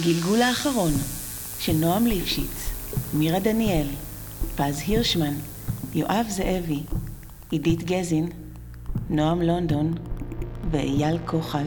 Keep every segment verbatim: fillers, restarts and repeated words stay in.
הגלגול האחרון של נועם ליפשיץ, מירה דניאל, פז הירשמן, יואב זאבי, עידית גזין, נועם לונדון ואייל כוחל.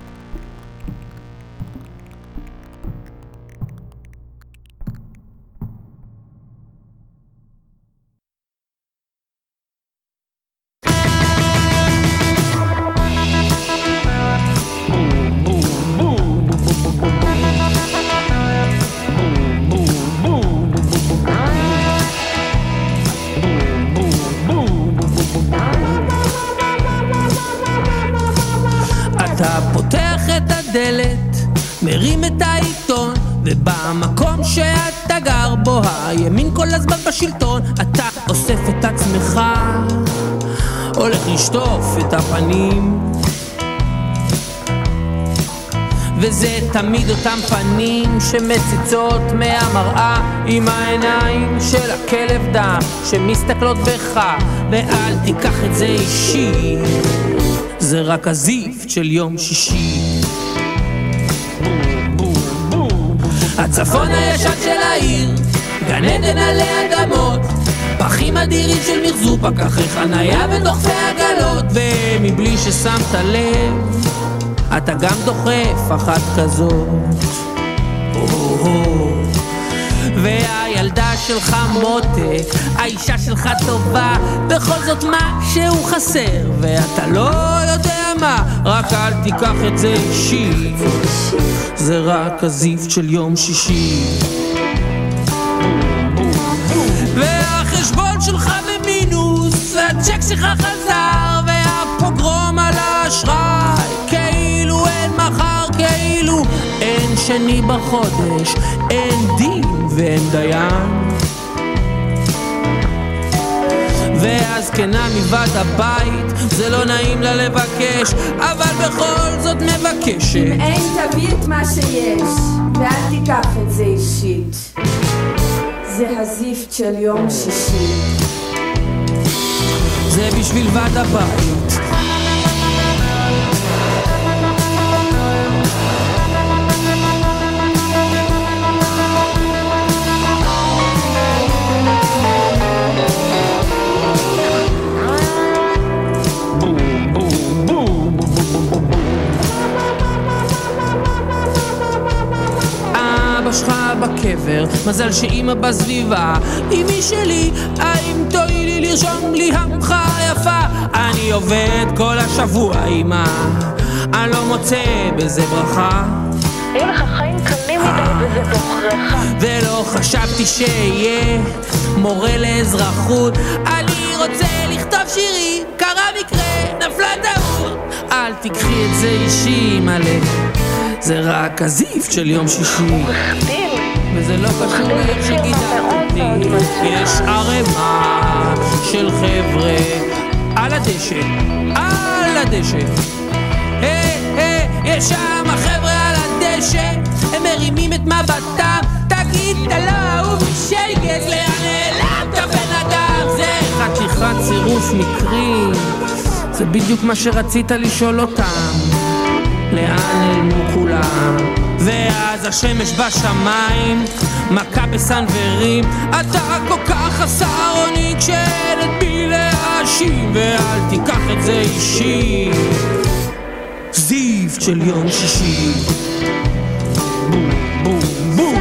מרים את העיתון, ובמקום שאתה גר בו הימין כל הזמן בשלטון. אתה אוסף את עצמך, הולך לשטוף את הפנים, וזה תמיד אותם פנים שמציצות מהמראה עם העיניים של הכלב דם שמסתכלות בך. ואל תיקח את זה אישי, זה רק הזיפט של יום שישי. הצפון הישן של העיר, גן עדן עלי אדמות, פחים אדירים של מחזור, פקחי חנייה ודוחפי עגלות, ומבלי ששמת לב אתה גם דוחף אחת כזאת. והילדה שלך מותק, האישה שלך טובה, בכל זאת משהו חסר ואתה לא יודע מה. רק אל תיקח את זה אישי, זה רק הזיפט של יום שישי. והחשבון שלך במינוס, והצ'ק שלך חזר, והפוגרום על האשראי, כאילו אין מחר, כאילו אין שני בחודש, אין דין ואין דיין. והזקנה מבת הבית, זה לא נעים לה לבקש, אבל בכל זאת מבקשת. אם אין תביא את מה שיש, ואל תיקח את זה אישית, זה הזיפט של יום שישי. זה בשביל בת הבית. בקבר, מזל שאמא בסביבה, אמי שלי, האם תואילי לרשום לי המחה יפה? אני עובד כל השבוע אמא, אני לא מוצא בזה ברכה. היו לך חיים קלים מדי בזה בוחרך, ולא חשבתי שיהיה מורה לאזרחות. אני רוצה לכתוב שירי, קרה מקרה, נפלה טעות. אל תקחי את זה אישי מלא, זה רק הזיפט של יום שישי, וזה לא קשור איך שגידלתי. יש ערמה של חבר'ה על הדשא, על הדשא, היי היי, יש שם חבר'ה על הדשא, הם מרימים את מבטם. תגיד תלו ובשייגז לאן נעלמת בן אדם. זה חתיכת צירוף מקרים, זה בדיוק מה שרצית לשאול אותם, לאן נעלמו כולם. ואז השמש בשמיים, מכה בסנוורים, אתה כל כך חסר אונים כשאין את בי להאשים. ואל תיקח את זה אישי, זיפט של יום שישי. בום בום בום.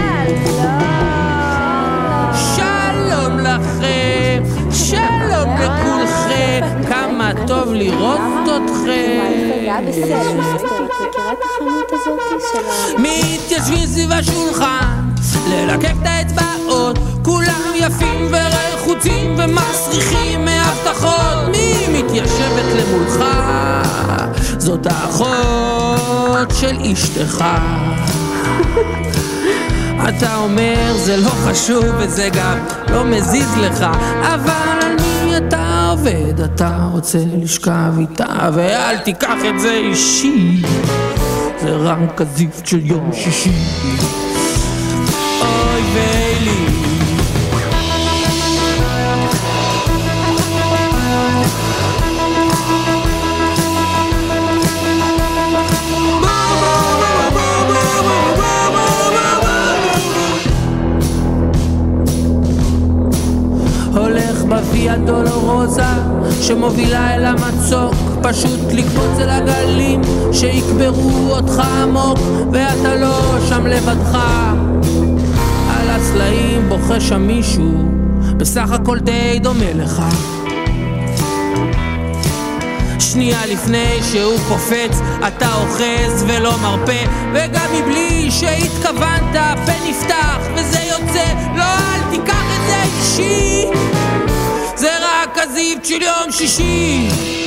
שלום לכם, שלום לכולכם, כמה טוב לראות אתכם. מתיישבים סביב השולחן ללקק את האצבעות, כולם יפים ורחוצים ומסריחים מהבטחות. מי מתיישבת למולך? זאת האחות של אשתך. אתה אומר זה לא חשוב וזה גם לא מזיז לך, אבל על מי אתה עובד? אתה רוצה לשכב איתה, ואל תיקח את זה אישי, זה רק הזיפט של יום שישי. אוי ויילי, ויה דולורוזה שמובילה אל המצוק, פשוט לקפוץ אל הגלים שיקברו אותך עמוק, ואתה לא שם לבדך, על הסלעים בוכה שם מישהו בסך הכל די דומה לך. שנייה לפני שהוא קופץ אתה אוחז ולא מרפא, וגם מבלי שהתכוונת הפה נפתח וזה יוצא, לא אל תיקח את זה אישי, זה רק הזיפט של יום שישי.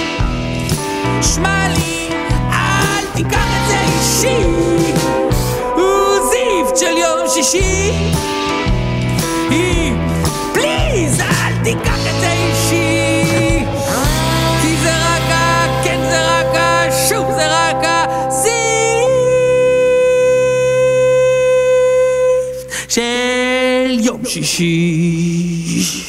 שמע לי, אל תיקח את זה אישי, הוא זיפט של יום שישי, פליז אל תיקח את זה אישי, כי זה רק ה... כן זה רק ה... שוב זה רק הזיפט של יום שישי.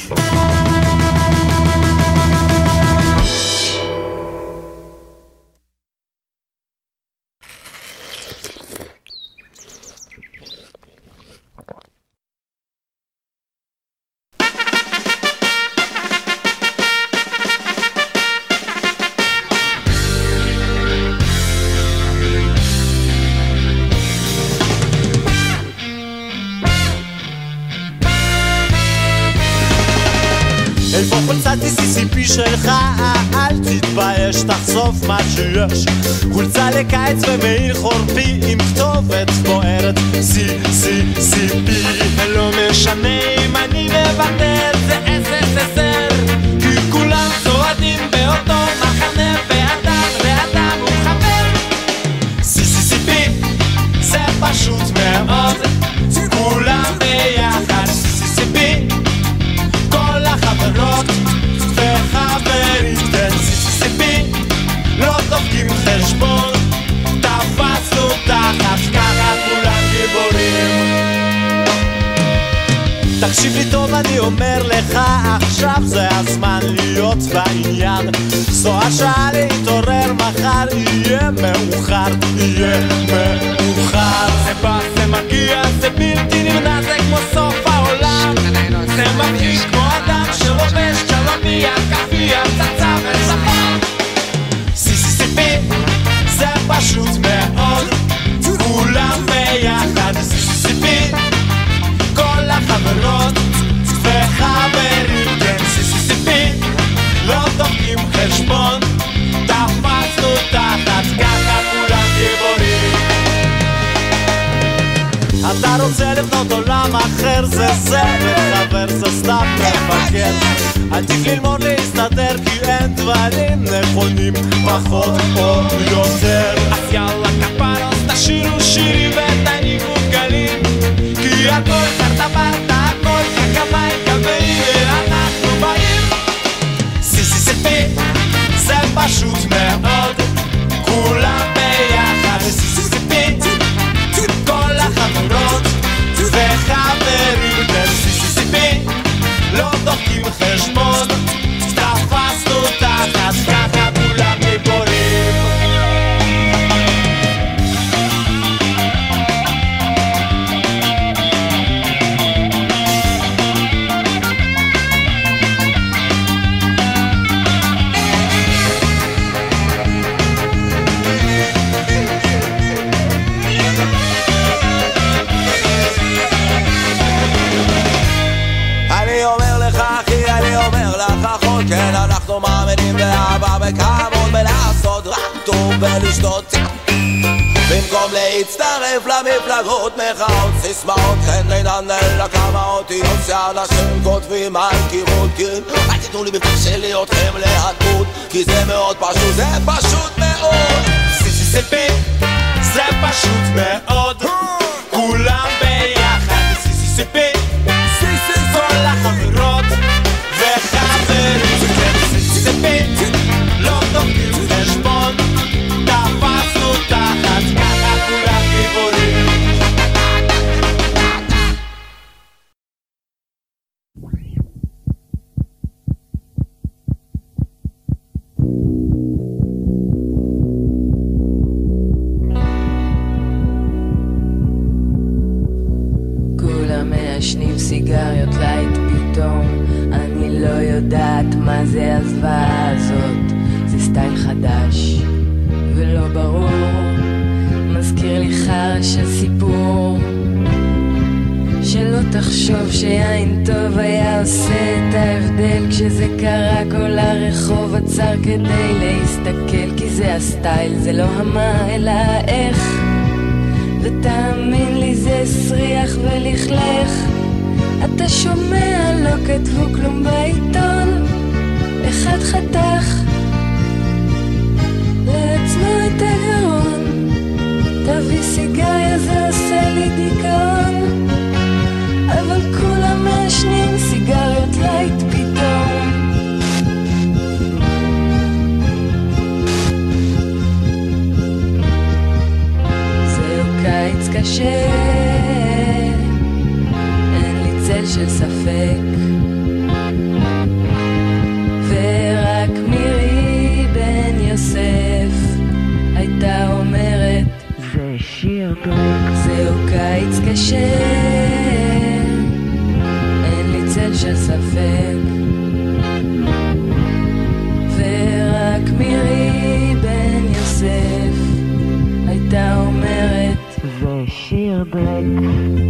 איפה חולצת סיסיפי שלך? אל תתבייש, תחשוף מה שיש. חולצה לקיץ ומעיל חורפי עם כתובת בוערת סי סי סי פי. לא משנה אם אני מבטל, זה אס אס אס אר, כי כולם צועדים באותו מחנה, ואדם ואדם הוא חבר. סי סי סי פי זה פשוט מאוד, כולם ביחד. סי סי סי פי כל החברות וחברים, תן סיסיפי, לא דופקים חשבון, תפסנו תחת, ככה כולם גיבורים. תקשיב לי טוב, אני אומר לך, עכשיו זה הזמן להיות בעניין. זו השעה להתעורר, מחר יהיה מאוחר, יהיה מאוחר. זה בא, זה מגיע, זה בלתי נמנע, זה כמו סוף העולם. זה מרגיש כמו אדם שלובש שלומיה, כפיה, פצצה וצפה. סיסיסיפי זה פשוט מאוד, כולם ביחד. סיסיסיפי כל החברות וחברים, כן סיסיסיפי, לא דופקים חשבון, תפסנו תחת, ככה כולם גיבורים. אתה רוצה לבנות עולם אחר, זה זה, וחבר זה סתם מפגר. עדיף ללמוד להסתדר, כי אין דברים נכונים פחות או יותר. אז יאללה כפרות, תשירו שירים ותניגו גלים, כי הכל חרטה ברטה, הכל כקמי קבעים, ואנחנו באים. סיסיסיפי זה פשוט מאוד, כולם ביחד. סיסיסיפי כל החברות וחברים, כן סיסיסיפי, לא דופקים חשבון, תפסנו תחת, ככה כולם גיבורים. כן, אנחנו מאמינים באהבה וכבוד, ולעשות רק טוב ולשתות במקום להצטרף למפלגות, מחאות, סיסמאות, כן אינן אלא כמה אותיות שאנשים כותבים על קירות. כן, אל תיתנו לי בפשע ליותכם להדמות, כי זה מאוד פשוט, זה פשוט מאוד. סיסיסיפי זה פשוט מאוד, כולם ביחד. סיסיסיפי כל החברות וחברים, סיסיסיפי, לא דופקים חשבון, תפסנו תחת, ככה כולם גיבורים. כולם מעשנים הזוועה הזאת זה סטייל חדש ולא ברור, מזכיר לי חרא של סיפור, שלא תחשוב שיין טוב היה עושה את ההבדל, כשזה קרה כל הרחוב עצר כדי להסתכל, כי זה הסטייל, זה לא המה אלא איך, ותאמין לי זה סריח ולכלך. אתה שומע, לא כתבו כלום בעיתון, אחד חתך לעצמו את הגרון, תביא סיגריה זה עושה לי דיכאון, אבל כולם מעשנים סיגריות לייט פתאום. זהו קיץ קשה, אין לי צל של ספק, ורק מירי בן יוסף הייתה אומרת זה שיר דרק. זהו קיץ קשה, אין לי צל של ספק, ורק מירי בן יוסף הייתה אומרת זה שיר דרק.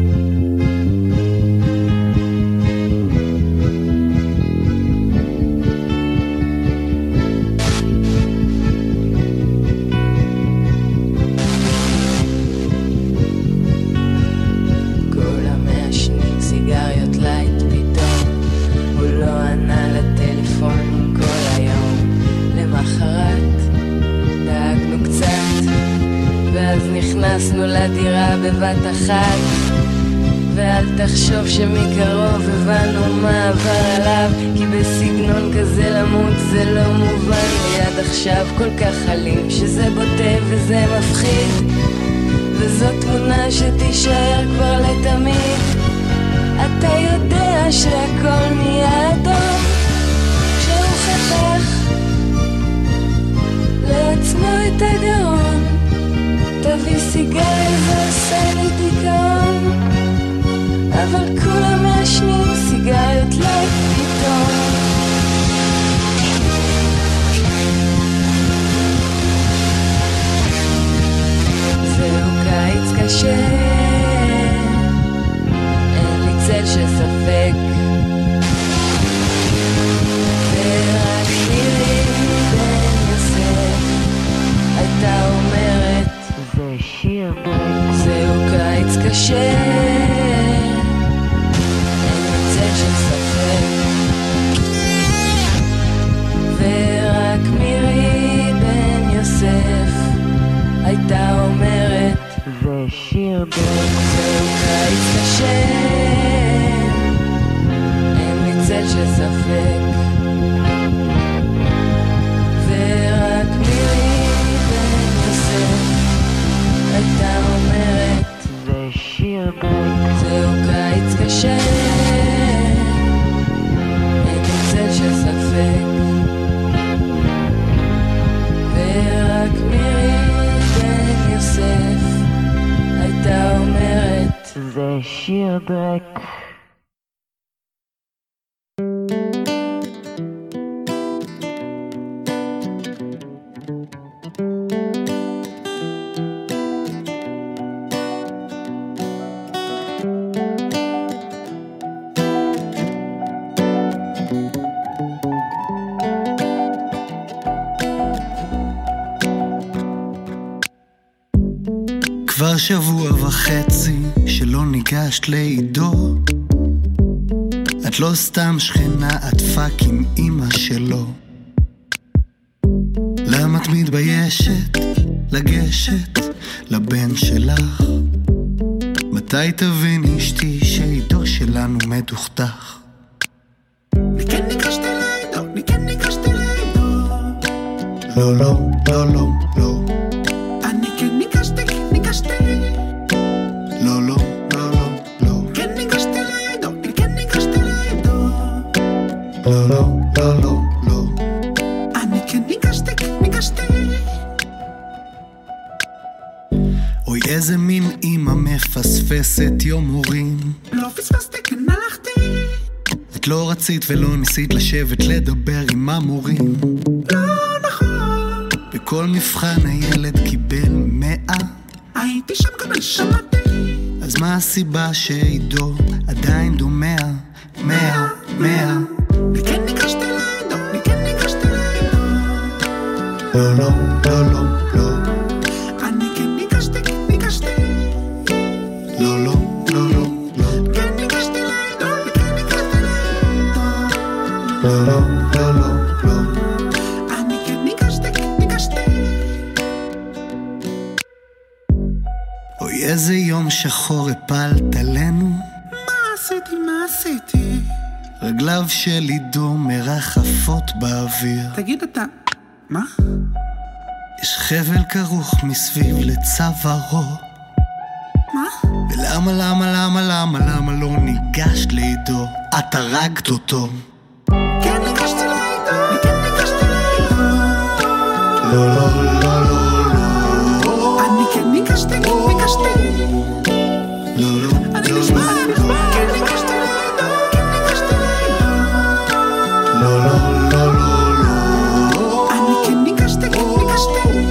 נכנסנו לדירה בבת אחת, ואל תחשוב שמקרוב הבנו מה עבר עליו, כי בסגנון כזה למות זה לא מובן לי עד עכשיו, כל כך חלים שזה בוטה וזה מפחיד, וזו תמונה שתישאר כבר לתמיד. אתה יודע שהכל נהיה אדום כשהוא חתך לעצמו את הגרון, תביא סיגריה ועושה לי דיכאון, אבל כולם מעשנים סיגריות לייט פתאום. זהו קיץ קשה, אין לי צל של ספק, ורק מירי בן יוסף הייתה אומרת שיר דרק. זהו קיץ קשה, אין לי צל של ספק, ורק מירי בן יוסף הייתה אומרת זה שיר דרק. זהו קיץ קשה, אין לי צל של ספק, ורק מירי בן יוסף הייתה אומרת זה שיר דרק. זהו קיץ קשה, אין לי צל של ספק, ורק מירי בן יוסף הייתה אומרת זה שיר דרק. כבר שבוע וחצי שלא ניגשת לעידו, את לא סתם שכנה, את פאקינג אמא שלו. למה את מתביישת לגשת לבן שלך? מתי תבין אשתי שעידו שלנו מדוכדך? כן ניגשת לעידו, כן ניגשת לעידו, לא לא לא לא לא, אני כן ניגשתי, ניגשתי, לא לא לא לא לא, כן ניגשת לעידו, כן ניגשת לעידו, לא לא לא לא לא, אני כן ניגשתי, ניגשתי. אוי איזה מין אמא מפספסת יום הורים, לא פספסתי, כן הלכתי, את לא רצית ולא ניסית לשבת לדבר עם המורים. לא נכון. בכל מבחן הילד קיבל מאה. הייתי שם גם שמעתי. אז מה הסיבה שעידו עדיין דומע? מאה, מאה. וכן ניגשתי לעדו, וכן ניגשתי לעדו. לא, לא, לא, לא, לא. אני כן ניגשתי, ניגשתי. לא, לא, לא, לא, לא. כן ניגשתי לעדו, וכן ניגשתי לעדו. לא, לא, לא, לא, לא. אני כן ניגשתי, ניגשתי. אוי, איזה יום שחור הפלת עלינו. מה עשיתי, מה עשיתי? רגליו של עידו מרחפות באוויר. תגיד אתה, מה? יש חבל כרוך מסביב לצווארו. מה? ולמה, למה, למה, למה, למה לא ניגשת לעידו? את הרגת אותו. כן ניגשתי לעדו, כן ניגשתי לעדו. לא, לא, לא, לא, לא. אני כן ניגשתי, כן ניגשתי. לא, לא, אני לא, נשמע, לא. אני נשמע. כן ניגשתי לעדו, כן ניגשתי לעדו. לא, לא, לא, לא, לא. אני כן ניגשתי, כן ניגשתי.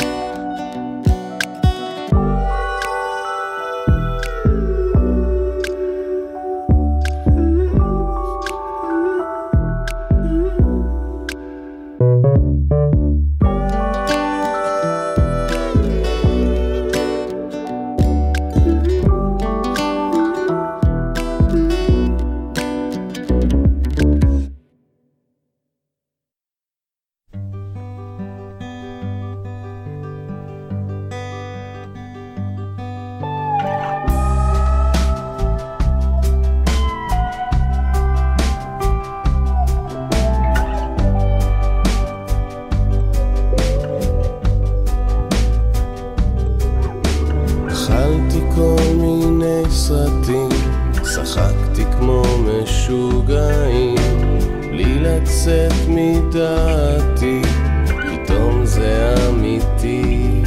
אכלתי כל מיני סרטים, שחקתי כמו משוגעים, בלי לצאת מדעתי, פתאום זה אמיתי.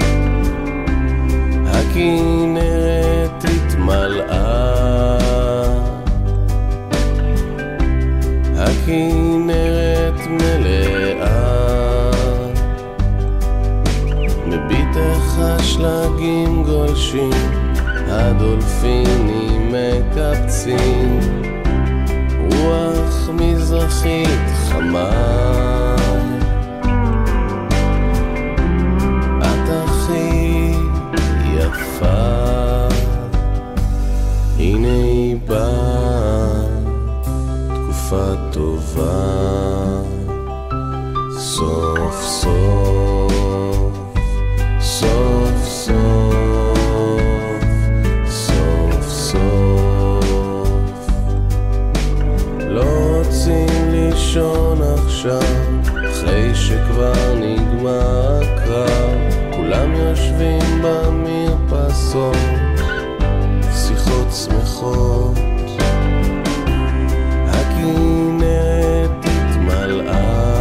הכנרת התמלאה, הכנרת מלאה, מביטך השלגים גולשים, הדולפינים מקפצים, רוח מזרחית חמה, את הכי יפה. הנה היא באה, תקופה טובה, סוף סוף, סוף סוף, סוף סוף. לא רוצים לישון עכשיו, אחרי שכבר נגמר הקרב, כולם יושבים במרפסות, שיחות שמחות. הכנרת התמלאה,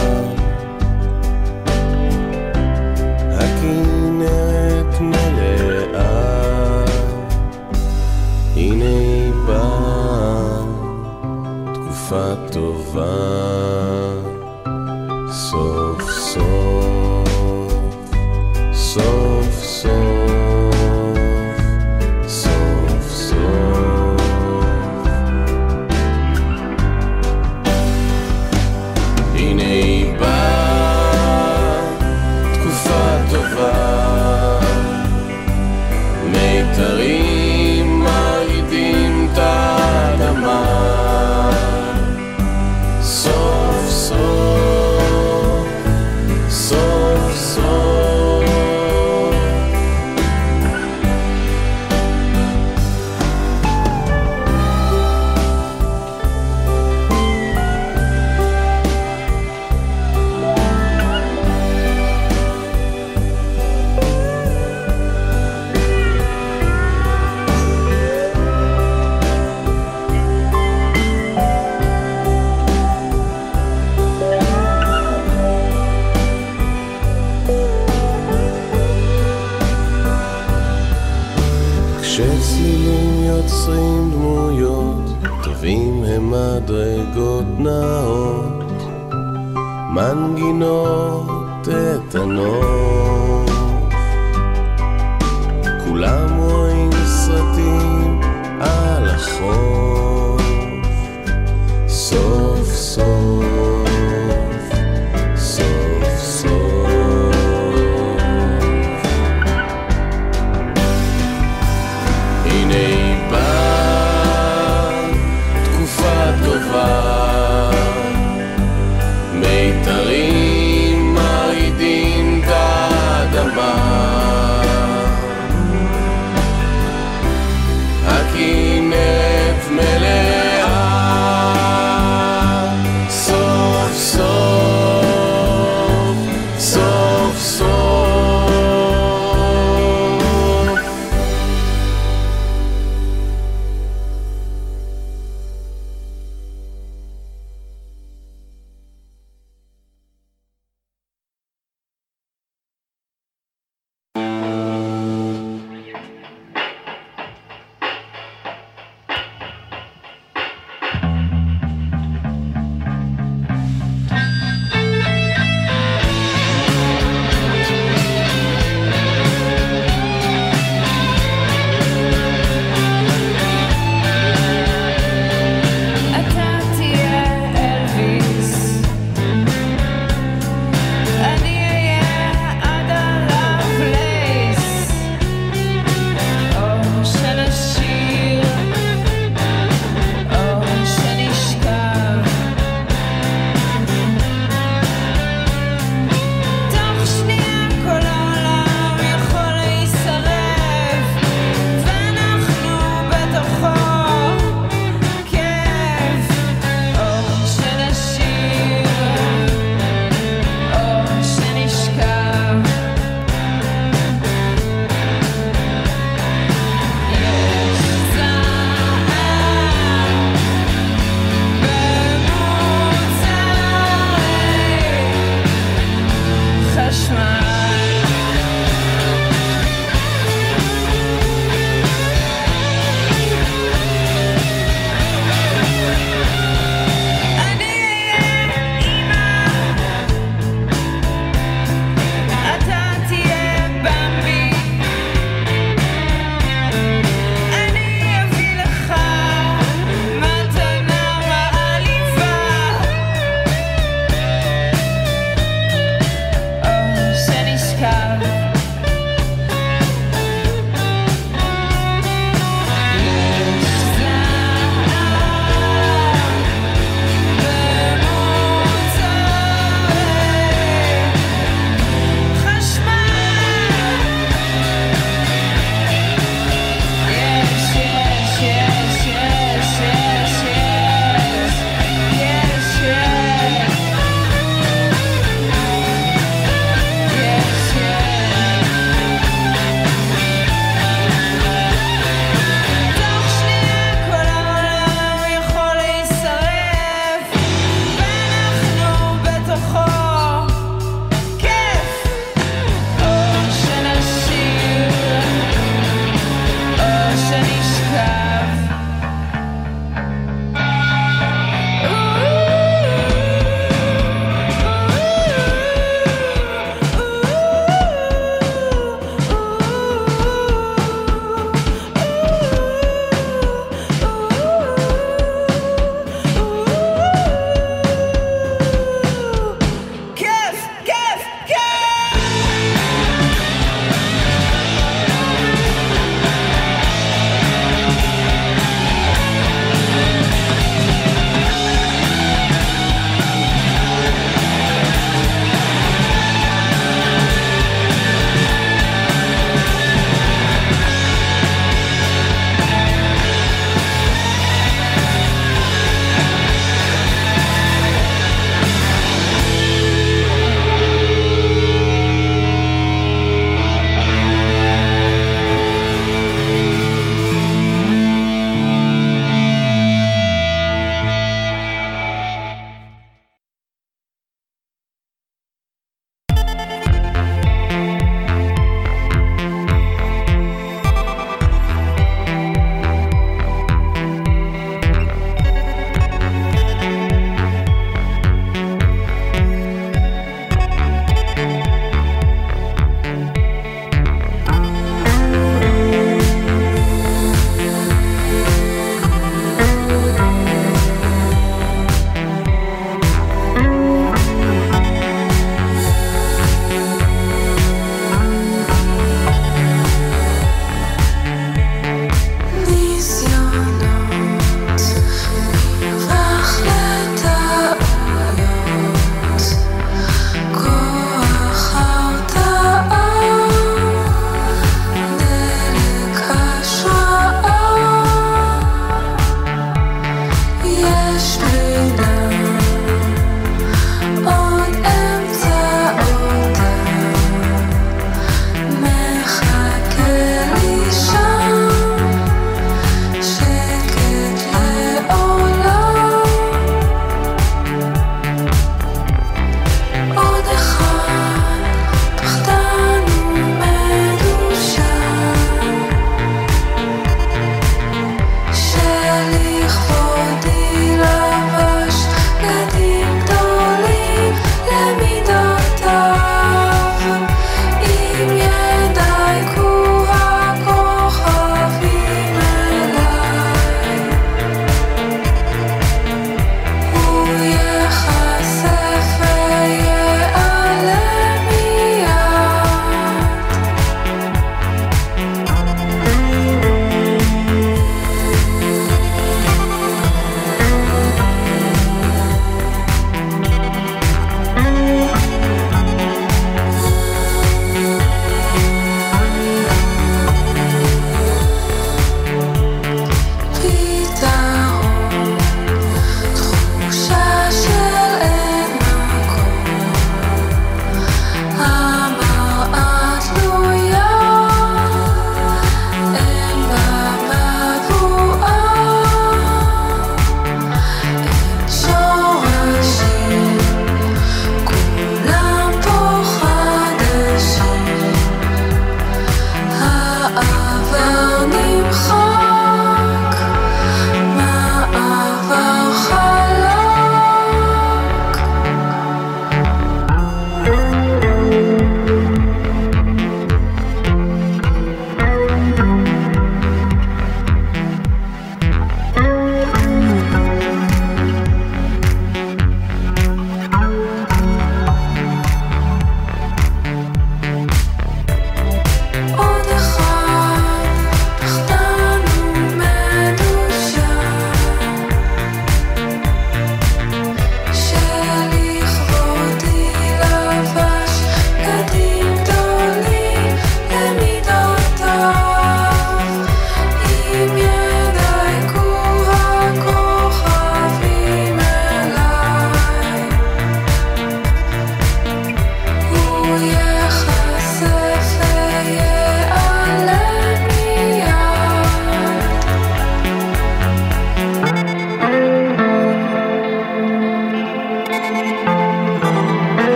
הכנרת מלאה, הנה היא באה, תקופה טובה, סוף סוף, סוף סוף, סוף סוף. הנה היא באה, תקופה טובה, מיתרים מרעידים את האדמה, סוף סוף, סוף סוף, מנגינות איתנות, כולם רואים סרטים על החוף, סוף סוף סוף סוף. הנה באה תקופה טובה, מיתרים מרעידים את האדמה,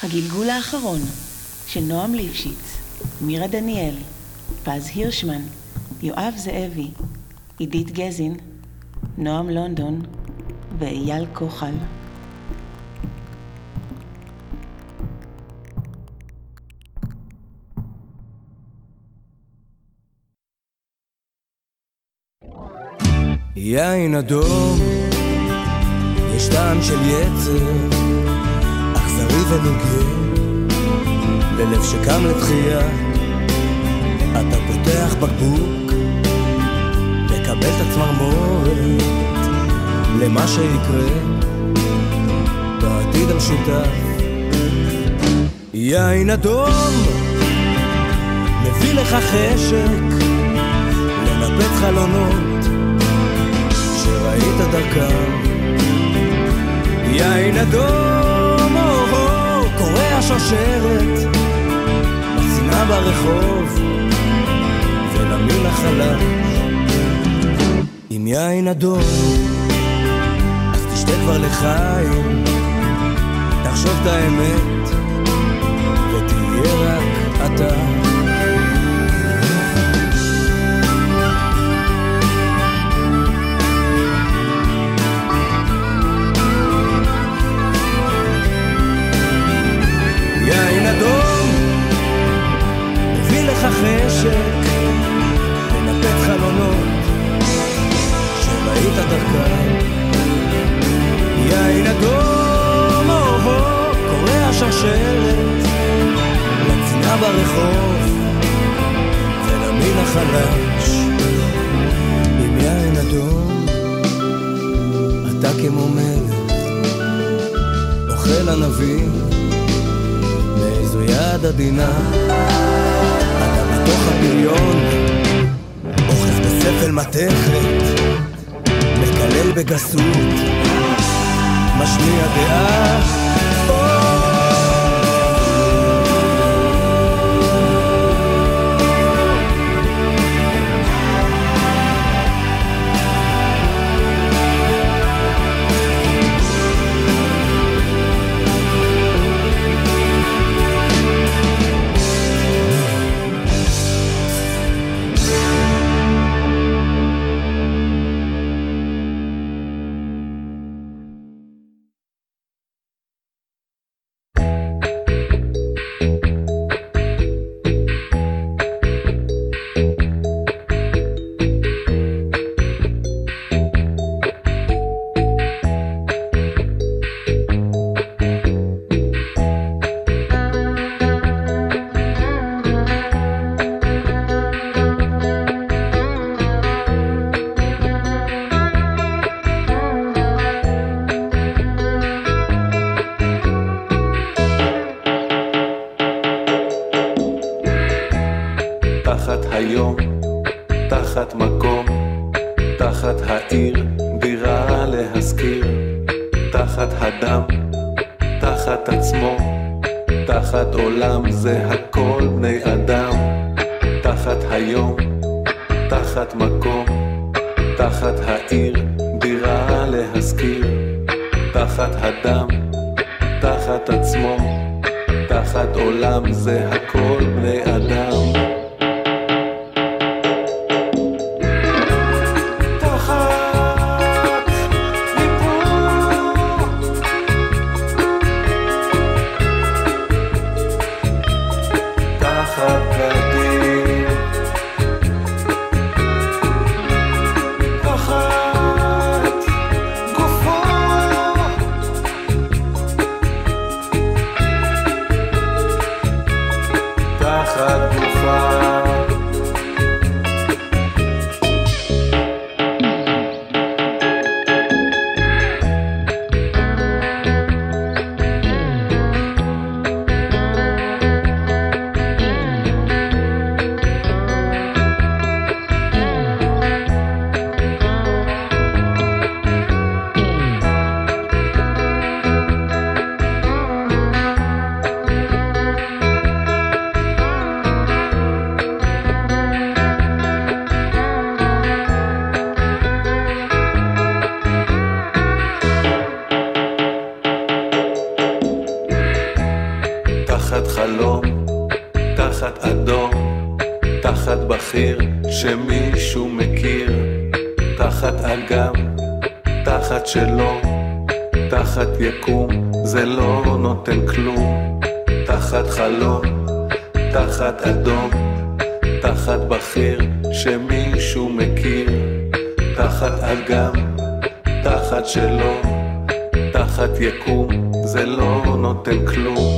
הגלגול האחרון של נועם ליפשיץ, מירה דניאל, פז הירשמן, יואב זאבי, עידית גזין, נועם לונדון ואייל כוחל. יין אדום, יש טעם של יצר, אכזרי ונוגה, ללב שקם לתחייה. אתה פותח בקבוק, לקבל את הצמרמורת, למה שיקרה, בעתיד המשותף. יין אדום, מביא לך חשק, לנפץ חלונות, ראית דרכם. יין אדום, קורע שושרת, לשנאה ברחוב ולמין החלש. עם יין אדום, אז תשתה כבר לחיים, תחשוב את האמת ותהיה רק אתה. יין אדום, מביא לך חשק, לנפץ חלונות, שראית דרכם. יין אדום, קורע שרשרת, לצנעה ברחוב, ולמין החלש. עם יין אדום, אתה כמו מלך, אוכל ענבים, זו יד עדינה, אתה בתוך הפריון, אוחז בספל מתכת, מקלל בגסות, משמיע דעה. תחת גופה תחת חלום, תחת אדום, תחת בכיר שמישהו מכיר, תחת אגם, תחת שלא, תחת יקום, זה לא נותן כלום, תחת חלום, תחת אדום, תחת בכיר שמישהו מכיר, תחת אגם, תחת שלא, תחת יקום, זה לא נותן כלום.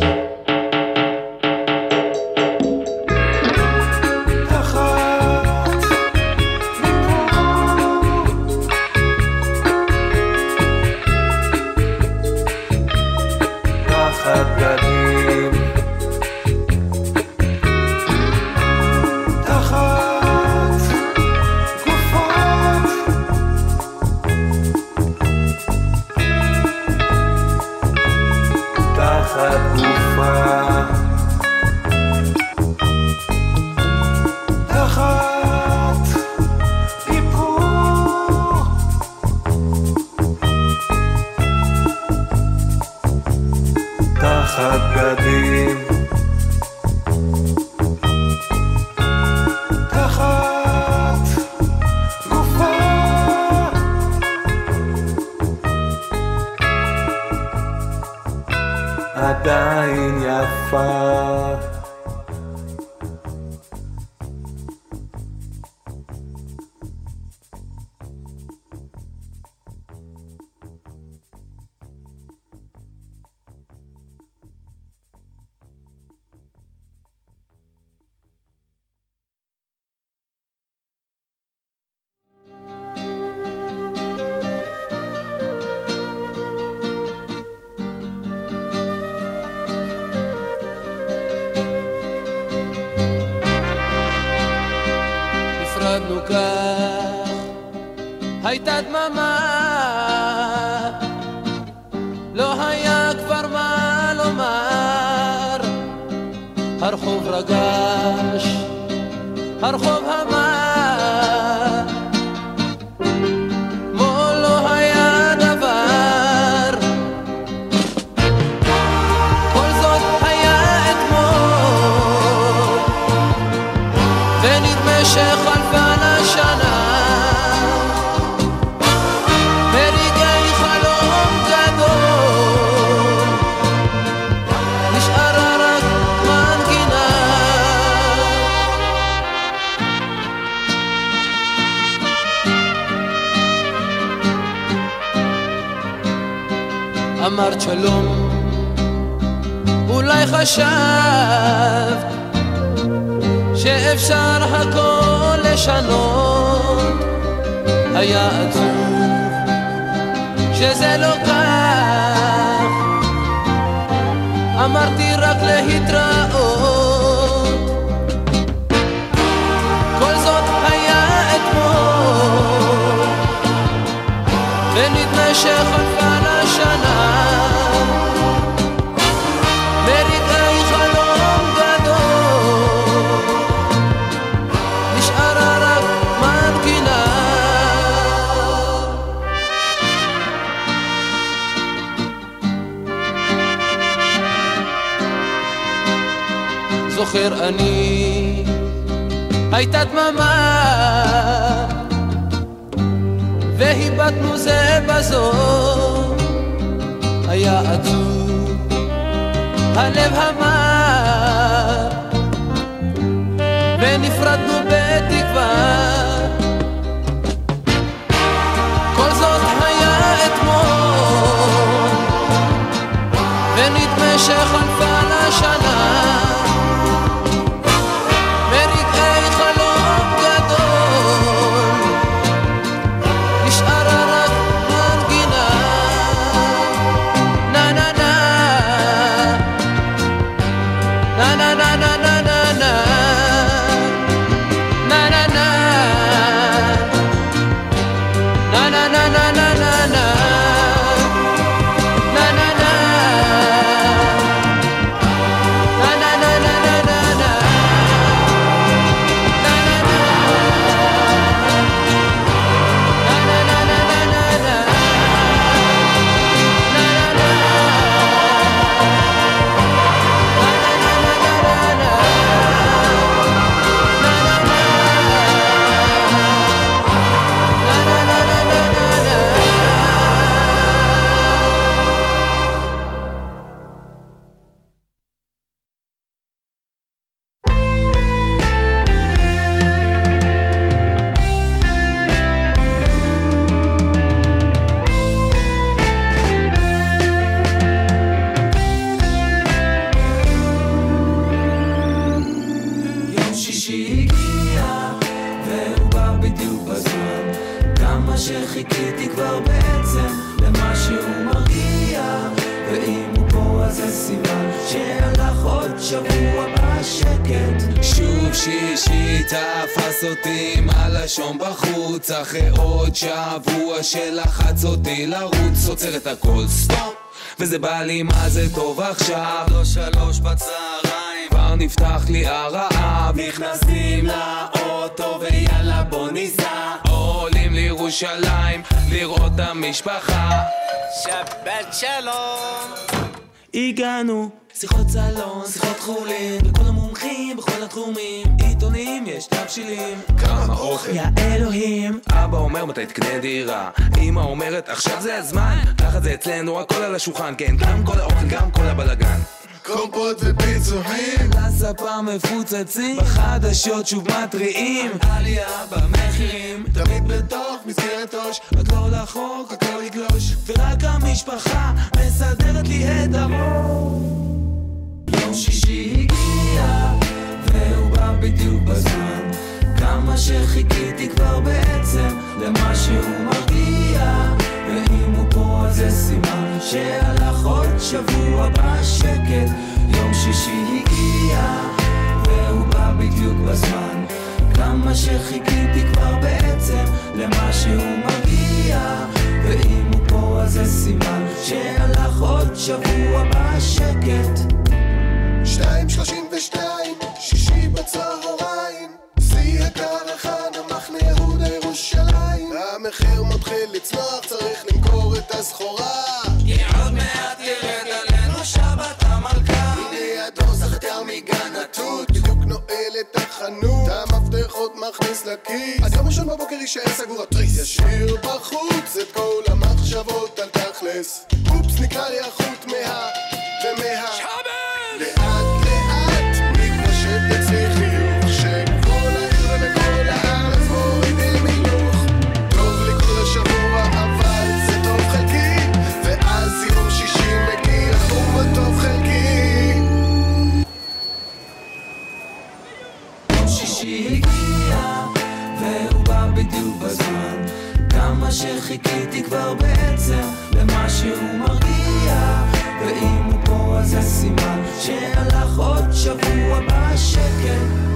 עדיין יפה. הייתה דממה, לא היה כבר מה לומר, הרחוב רגש, הרחוב המר, כמו לא היה דבר, כל זאת היה אתמול, ונדמה שחלפה לשנה, אמרת שלום, אולי חשבת שאפשר הכל לשנות, היה עצוב שזה לא כך, אמרתי רק להתראות, כל זאת היה אתמול, ונדמה שחלפה לשנה, ברגעי חלום גדול, נשארה רק מנגינה. זוכר אני, הייתה דממה, והיבטנו זה בזו, היה עצוב, הלב המר, ונפרדנו בתקווה, כל זאת היה אתמול, ונדמה שחלפה לשנה, ברגעי חלום גדול, נשארה רק מנגינה. Na na na na na na na na na na na na na na na na na na na na כבר בעצם למה שהוא מרגיע, ואם הוא פה אז זה סימן שהלך עוד שבוע בשקט. שוב שישי תפס אותי עם הלשון בחוץ, אחרי עוד שבוע שלחץ אותי לרוץ, עוצר את הכל סטופ וזה בא לי מה זה טוב עכשיו. לא שלוש בצהריים כבר נפתח לי הרעב, נכנסים לאוטו ויאללה בוא ניסע, עולים לירושלים לראות את המשפחה. שבת שלום. הגענו שיחות סלון, שיחות חולין, בכל המומחים, בכל התחומים, עיתונים, יש תבשילים, כמה אוכל, יא אלוהים. אבא אומר מתי תקנה דירה, אמא אומרת עכשיו זה הזמן, תחת זה אצלנו הכל על השולחן, כן, גם כל האוכל, גם כל הבלגן, קומפות ופיצוחים, לספה מפוצצים, בחדשות שוב מטריעים, עלייה במחירים, תמיד בתוך מסגרת ראש, עוד לא לחוק, הכל יגלוש, ורק המשפחה מסדרת לי את הראש. יום שישי הגיע והוא בא בדיוק בזמן, כמה שחיכיתי כבר בעצם למה שהוא מרגיע, ואם הוא פה אז זה סימן שהלך עוד שבוע בשקט. יום שישי הגיע והוא בא בדיוק בזמן, כמה שחיכיתי כבר בעצם למה שהוא מרגיע, ואם הוא פה אז זה סימן שהלך עוד שבוע בשקט. שתיים שלושים ושתיים, שישי בצהריים, שיא הקרחן, המחנה יהודה ירושלים. המחיר מתחיל לצנוח, צריך למכור את הסחורה, כי עוד מעט ירד עלינו שבת המלכה. הנה הדור זכתר מגן התות, בדיוק נועל את החנות, המפתחות מכניס לכיס, עד יום ראשון בבוקר יישאר סגור התריס. ישאיר בחוץ את כל המחשבות על תכלס, אופס נקרא לי החוט מה ומה שבת. לאט לאט מתפשט אצלי חיוך, שכל העיר ובכל הארץ מורידים הילוך. טוב לי כל השבוע אבל זה טוב חלקי, ואז יום שישי מגיע ובטוב חלקי. יום שישי הגיע והוא בא בדיוק בזמן, כמה שחיכיתי כבר בעצם למה שהוא מרגיע, ואם הוא פה אז זה סימן שהלך עוד שבוע בשקט.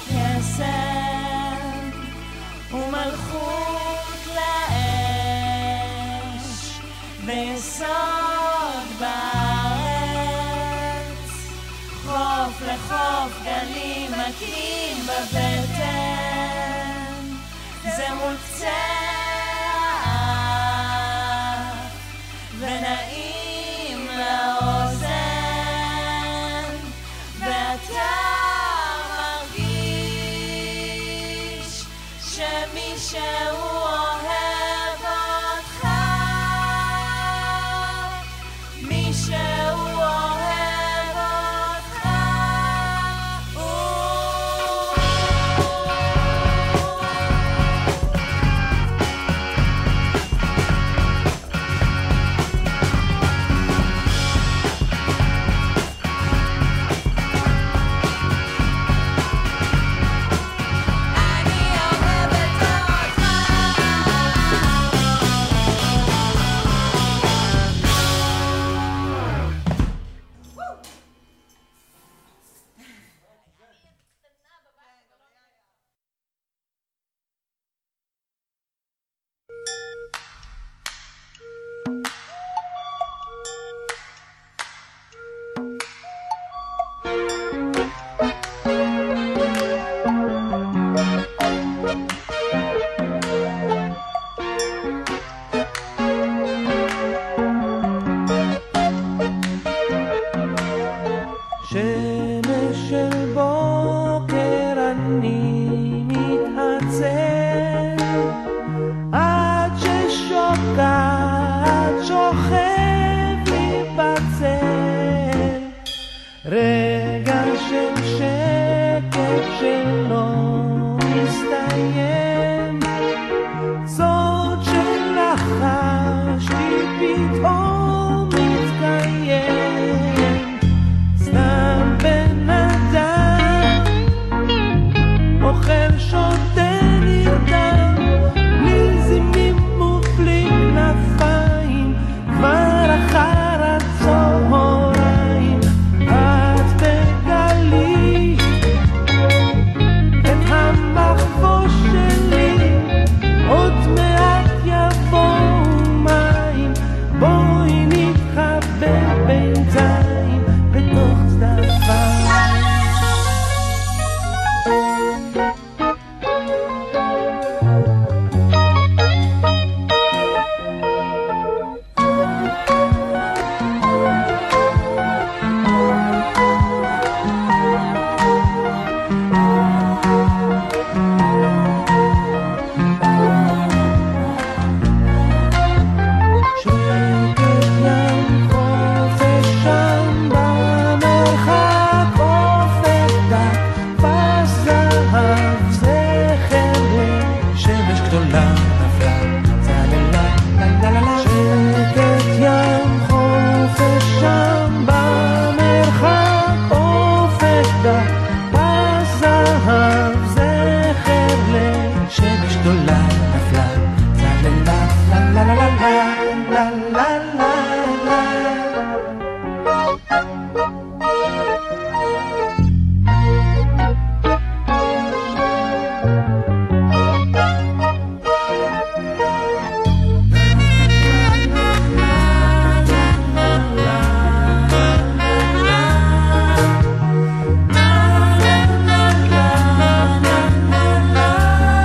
קסם ומלכות לאש ויסוד בארץ, חוף לחוף גלים מכים בבטן, זה מול קצה האף ונעים לאוזן, ואתה מרגיש שמישהו אוהב אותך, מישהו אוהב אותך.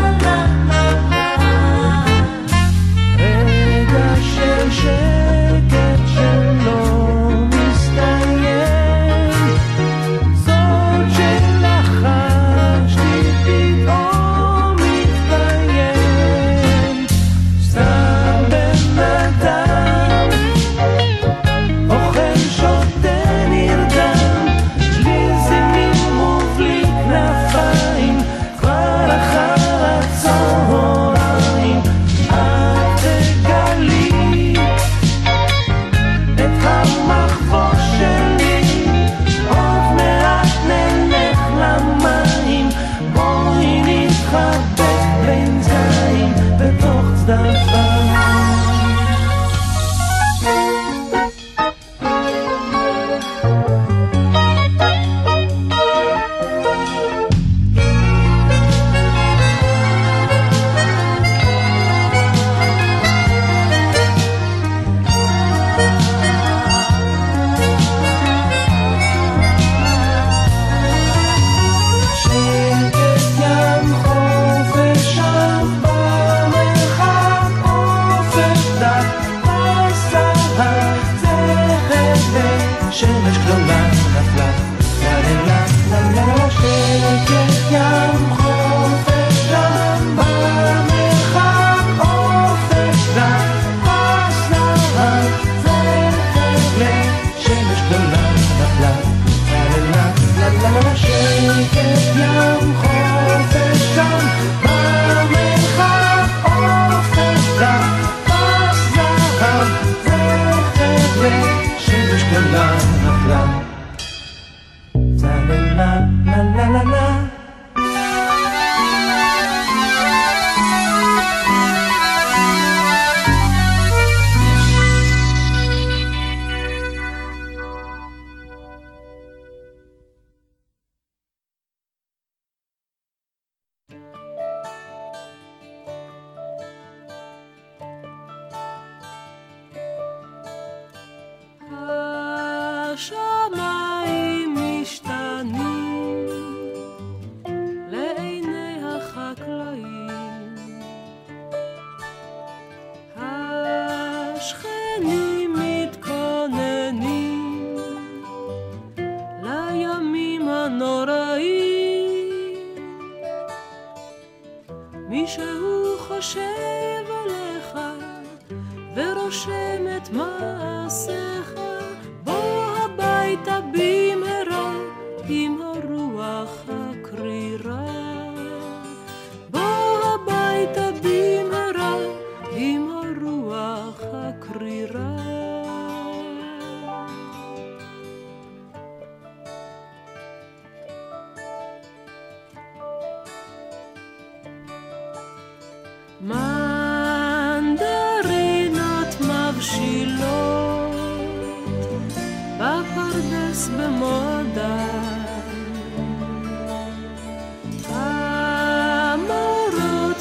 רגע של שקט שמש גדולה נפלה, לה לה לה לה לה, שקט ים חופש דם, במרחק אופש דם, הסלמה וחבלה, שמש גדולה נפלה, לה לה לה לה לה, שקט ים חופש דם, במרחק אופש דם, הסלמה וחבלה, שמש גדולה נפלה, לה לה לה לה לה. השמיים משתנים לעיני החקלאים, השכנים מתכוננים לימים הנוראים, מישהו חושב עליך ורושם את מעשיך, בוא הביתה במהרה עם הרוח הקרירה, בוא הביתה במהרה עם הרוח הקרירה. מנדרינות מבשילות בפרדס במודה, המורות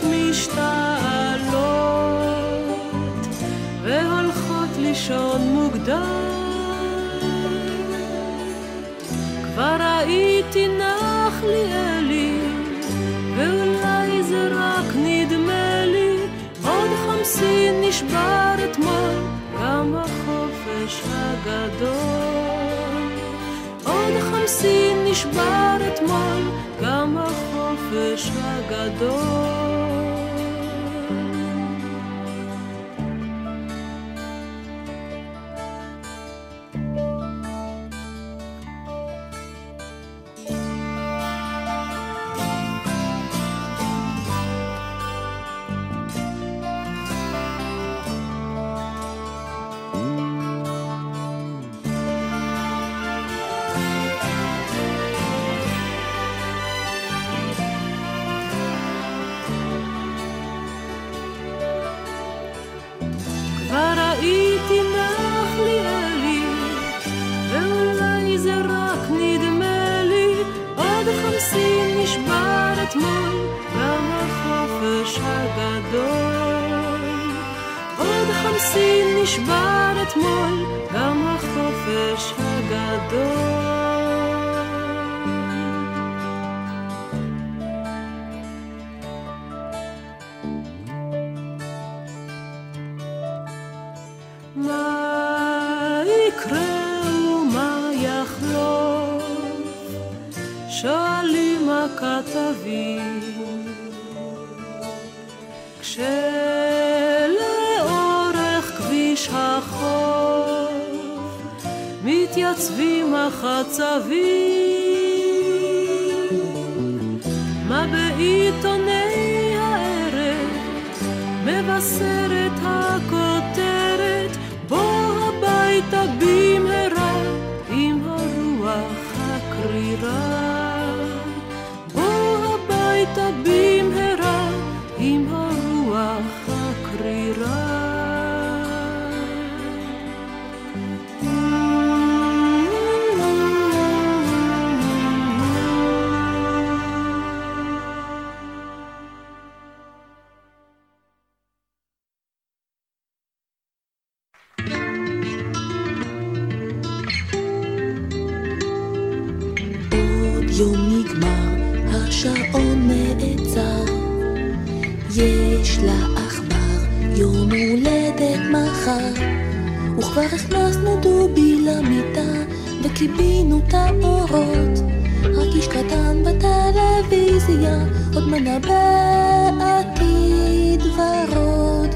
משתעלות והולכות לישון מוקדם, כבר ראיתי נחליאלי ואולי זה רק נדמה לי, עוד חמסין נשבר אתמול גם החופש הגדול, עוד חמסין נשבר אתמול גם החופש הגדול. ראיתי נחליאלי ואולי זה רק נדמה לי, עוד חמסין נשבר אתמול גם החופש הגדול, עוד חמסין נשבר אתמול גם החופש הגדול. מה יקרה ומה יחלוף, שואלים הכתבים, כשלאורך כביש החוף מתייצבים החצבים, מה בעיתוני הערב מבשרת הכותרת, בוא הביתה במהרה עם הרוח הקרירה, בוא הביתה במהרה עם הרוח הקרירה. יום נגמר, השעון נעצר, יש לעכבר יום הולדת מחר, וכבר הכנסנו דובי למיטה, וכיבינו את האורות, רק איש קטן בטלוויזיה עוד מנבא עתיד ורוד.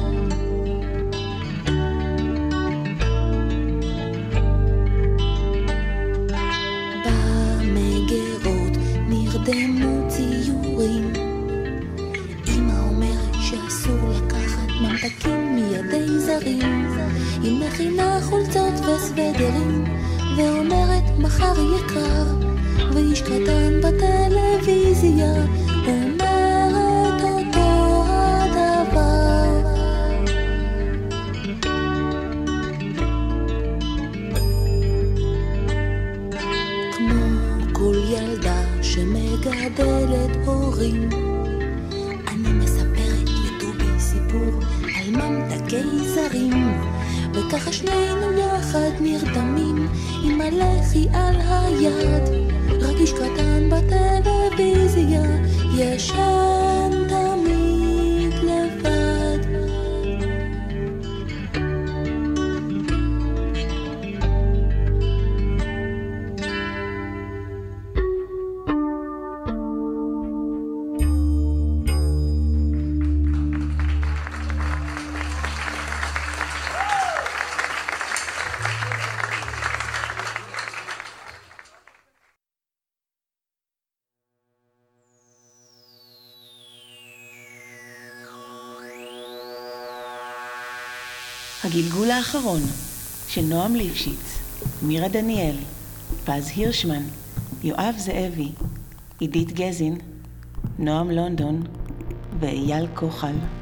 במגרות נרדמו ציורים, אמא אומרת שאסור לקחת ממתקים מידי זרים, היא מכינה חולצות וסוודרים ואומרת מחר יהיה קר, ואיש קטן בטלוויזיה אומרת אותו הדבר. כמו כל ילדה שמגדלת הורים, אני מספרת לטובי סיפור על ממתקי זרים, וככה שנינו יחד נרדמים עם הלחי על היד, רק איש קטן בטלוויזיה ישן תמיד לבד. הגלגול האחרון של נועם ליפשיץ, מירה דניאל, פז הירשמן, יואב זאבי, עידית גזין, נועם לונדון ואייל כוחל.